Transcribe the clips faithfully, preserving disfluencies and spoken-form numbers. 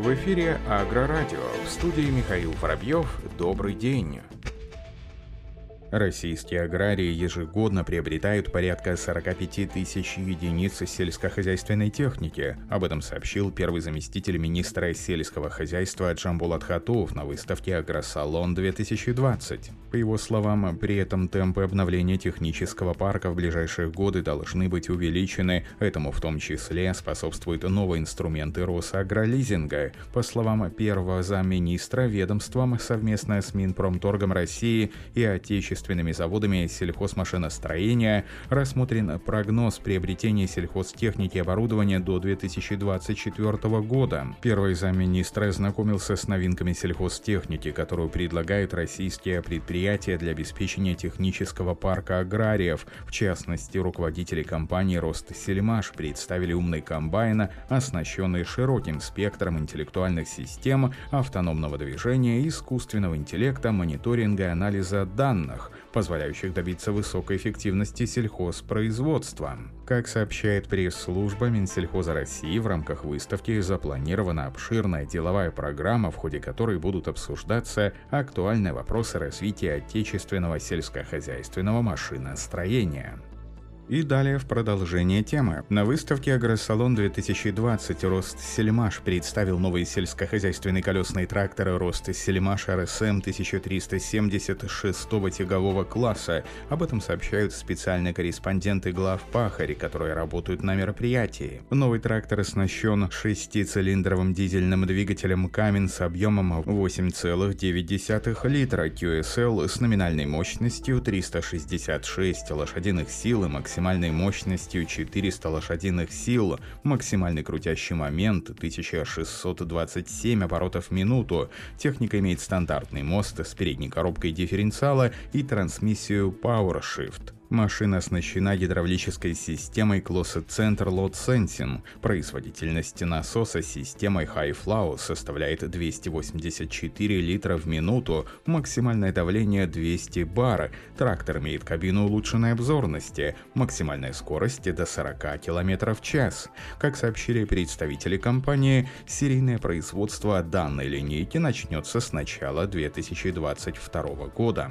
В эфире Агрорадио. В студии Михаил Воробьев. Добрый день. Российские аграрии ежегодно приобретают порядка сорок пять тысяч единиц сельскохозяйственной техники. Об этом сообщил первый заместитель министра сельского хозяйства Джамбулат Хатуов на выставке «Агросалон две тысячи двадцать». По его словам, при этом темпы обновления технического парка в ближайшие годы должны быть увеличены. Этому в том числе способствуют новые инструменты Росагролизинга. По словам первого замминистра, ведомством совместно с Минпромторгом России и отечественными заводами сельхозмашиностроения рассмотрен прогноз приобретения сельхозтехники и оборудования до две тысячи двадцать четвёртого года. Первый замминистра ознакомился с новинками сельхозтехники, которую предлагают российские предприятия для обеспечения технического парка аграриев. В частности, руководители компании «Ростсельмаш» представили умный комбайн, оснащенный широким спектром интеллектуальных систем, автономного движения, искусственного интеллекта, мониторинга и анализа данных, позволяющих добиться высокой эффективности сельхозпроизводства. Как сообщает пресс-служба Минсельхоза России, в рамках выставки запланирована обширная деловая программа, в ходе которой будут обсуждаться актуальные вопросы развития отечественного сельскохозяйственного машиностроения. И далее в продолжение темы. На выставке «Агросалон две тысячи двадцать» Ростсельмаш представил новые сельскохозяйственные колесные тракторы Ростсельмаш эр эс эм тысяча триста семьдесят шестого тягового класса. Об этом сообщают специальные корреспонденты главпахари, которые работают на мероприятии. Новый трактор оснащен шестицилиндровым дизельным двигателем Камин с объемом восемь целых девять десятых литра, кью эс эл с номинальной мощностью триста шестьдесят шесть лошадиных сил и максимальной мощностью четыреста лошадиных сил, максимальный крутящий момент тысяча шестьсот двадцать семь оборотов в минуту. Техника имеет стандартный мост с передней коробкой дифференциала и трансмиссию PowerShift. Машина оснащена гидравлической системой Closed Center Load Sensing. Производительность насоса с системой High Flow составляет двести восемьдесят четыре литра в минуту, максимальное давление двести бар. Трактор имеет кабину улучшенной обзорности, максимальная скорость до сорок километров в час. Как сообщили представители компании, серийное производство данной линейки начнется с начала две тысячи двадцать второго года.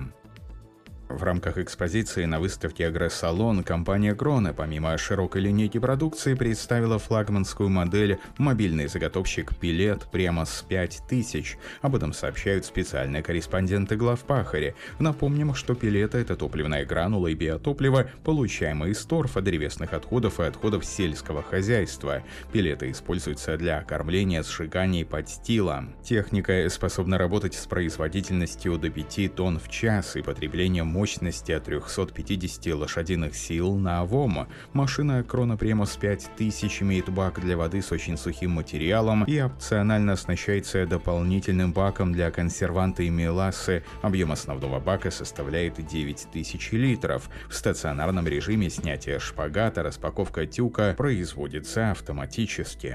В рамках экспозиции на выставке «Агросалон» компания Крона, помимо широкой линейки продукции, представила флагманскую модель «Мобильный заготовщик Пилет Премос пять тысяч». Об этом сообщают специальные корреспонденты главпахари. Напомним, что пилеты – это топливная гранула и биотопливо, получаемые из торфа, древесных отходов и отходов сельского хозяйства. Пилеты используются для кормления, сжигания и подстила. Техника способна работать с производительностью до пяти тонн в час и потреблением мощности от трехсот пятидесяти лошадиных сил на ОВОМ. Машина Крона Премос пять тысяч имеет бак для воды с очень сухим материалом и опционально оснащается дополнительным баком для консерванта и мелассы. Объем основного бака составляет девять тысяч литров. В стационарном режиме снятие шпагата, распаковка тюка производится автоматически.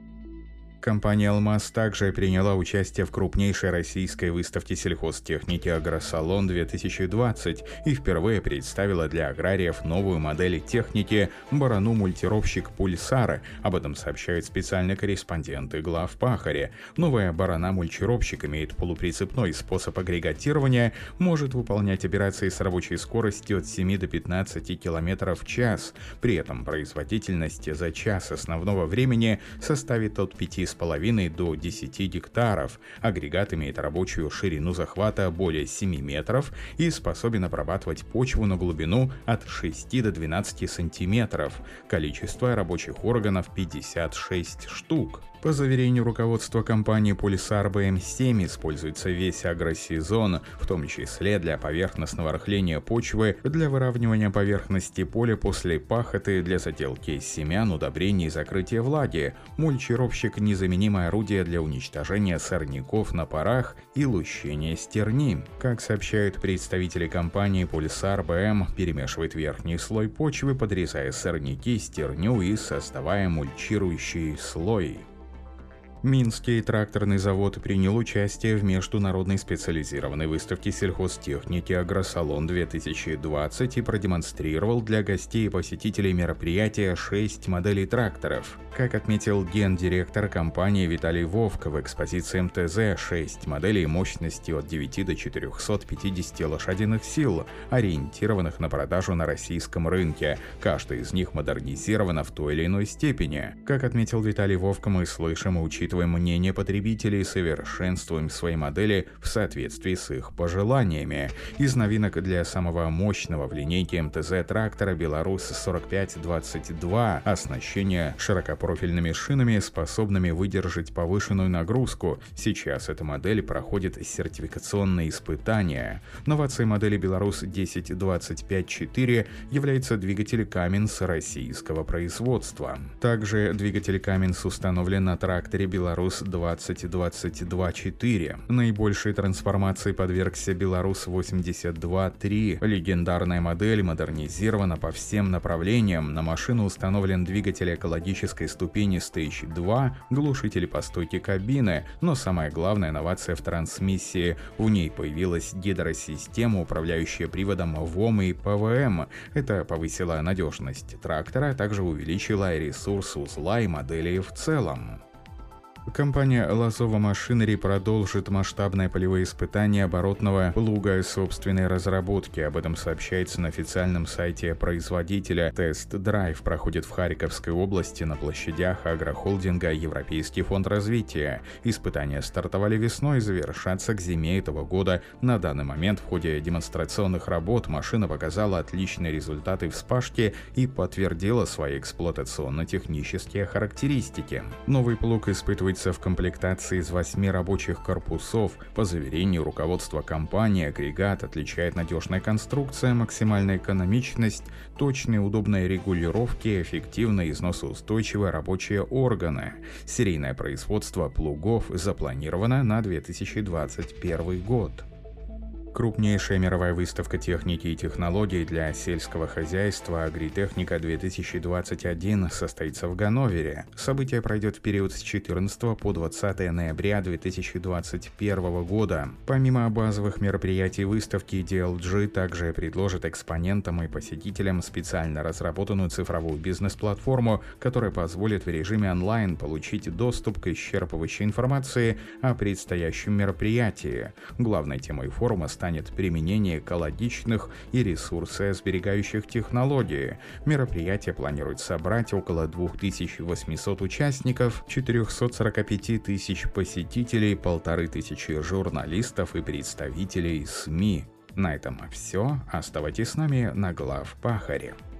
Компания «Алмаз» также приняла участие в крупнейшей российской выставке сельхозтехники «Агросалон две тысячи двадцать» и впервые представила для аграриев новую модель техники «Барану-мультировщик Пульсар». Об этом сообщают специальные корреспонденты главпахари. Новая барана-мульчировщик имеет полуприцепной способ агрегатирования, может выполнять операции с рабочей скоростью от семи до пятнадцати километров в час. При этом производительность за час основного времени составит от пяти с половиной до десяти гектаров. Агрегат имеет рабочую ширину захвата более семи метров и способен обрабатывать почву на глубину от шести до двенадцати сантиметров. Количество рабочих органов пятьдесят шесть штук. По заверению руководства компании Pulsar би эм семь используется весь агросезон, в том числе для поверхностного рыхления почвы, для выравнивания поверхности поля после пахоты, для заделки семян, удобрений и закрытия влаги. Мульчировщик – незаменимое орудие для уничтожения сорняков на парах и лущения стерни. Как сообщают представители компании, Pulsar би эм перемешивает верхний слой почвы, подрезая сорняки, стерню и создавая мульчирующий слой. Минский тракторный завод принял участие в международной специализированной выставке сельхозтехники «Агросалон-две тысячи двадцать» и продемонстрировал для гостей и посетителей мероприятия шесть моделей тракторов. Как отметил гендиректор компании Виталий Вовк, в экспозиции эм тэ зэ шесть моделей мощностью от девяти до четырёхсот пятидесяти лошадиных сил, ориентированных на продажу на российском рынке. Каждая из них модернизирована в той или иной степени. Как отметил Виталий Вовк, мы слышим и учитываем мнение потребителей и совершенствуем свои модели в соответствии с их пожеланиями. Из новинок для самого мощного в линейке эм тэ зэ трактора «Беларус сорок пять двадцать два» оснащение широкопрофильными шинами, способными выдержать повышенную нагрузку. Сейчас эта модель проходит сертификационные испытания. Новацией модели «Беларус десять двадцать пять четыре» является двигатель Cummins российского производства. Также двигатель Cummins установлен на тракторе «Беларус двадцать двадцать два четыре». Наибольшей трансформации подвергся «Беларус восемьдесят два три». Легендарная модель модернизирована по всем направлениям. На машину установлен двигатель экологической ступени Stage два, глушители по стойке кабины, но самая главная новация в трансмиссии. В ней появилась гидросистема, управляющая приводом ВОМ и пэ вэ эм. Это повысило надежность трактора, а также увеличило ресурс узла и модели в целом. Компания Лазова Machinery продолжит масштабное полевое испытание оборотного плуга собственной разработки. Об этом сообщается на официальном сайте производителя. Тест-драйв проходит в Харьковской области на площадях агрохолдинга «Европейский фонд развития». Испытания стартовали весной и завершатся к зиме этого года. На данный момент в ходе демонстрационных работ машина показала отличные результаты в вспашке и подтвердила свои эксплуатационно-технические характеристики. Новый плуг испытывает в комплектации из восьми рабочих корпусов. По заверению руководства компании, агрегат отличает надежная конструкция, максимальная экономичность, точные удобные регулировки, эффективные износоустойчивые рабочие органы. Серийное производство плугов запланировано на две тысячи двадцать первый год. Крупнейшая мировая выставка техники и технологий для сельского хозяйства «Агритехника-две тысячи двадцать один» состоится в Ганновере. Событие пройдет в период с четырнадцатого по двадцатое ноября две тысячи двадцать первого года. Помимо базовых мероприятий выставки, ди эл джи также предложит экспонентам и посетителям специально разработанную цифровую бизнес-платформу, которая позволит в режиме онлайн получить доступ к исчерпывающей информации о предстоящем мероприятии. Главной темой форума станет применение экологичных и ресурсосберегающих технологий. Мероприятие планирует собрать около двух тысяч восьмисот участников, четырёхсот сорока пяти тысяч посетителей, полторы тысячи журналистов и представителей СМИ. На этом все. Оставайтесь с нами на Главпахаре.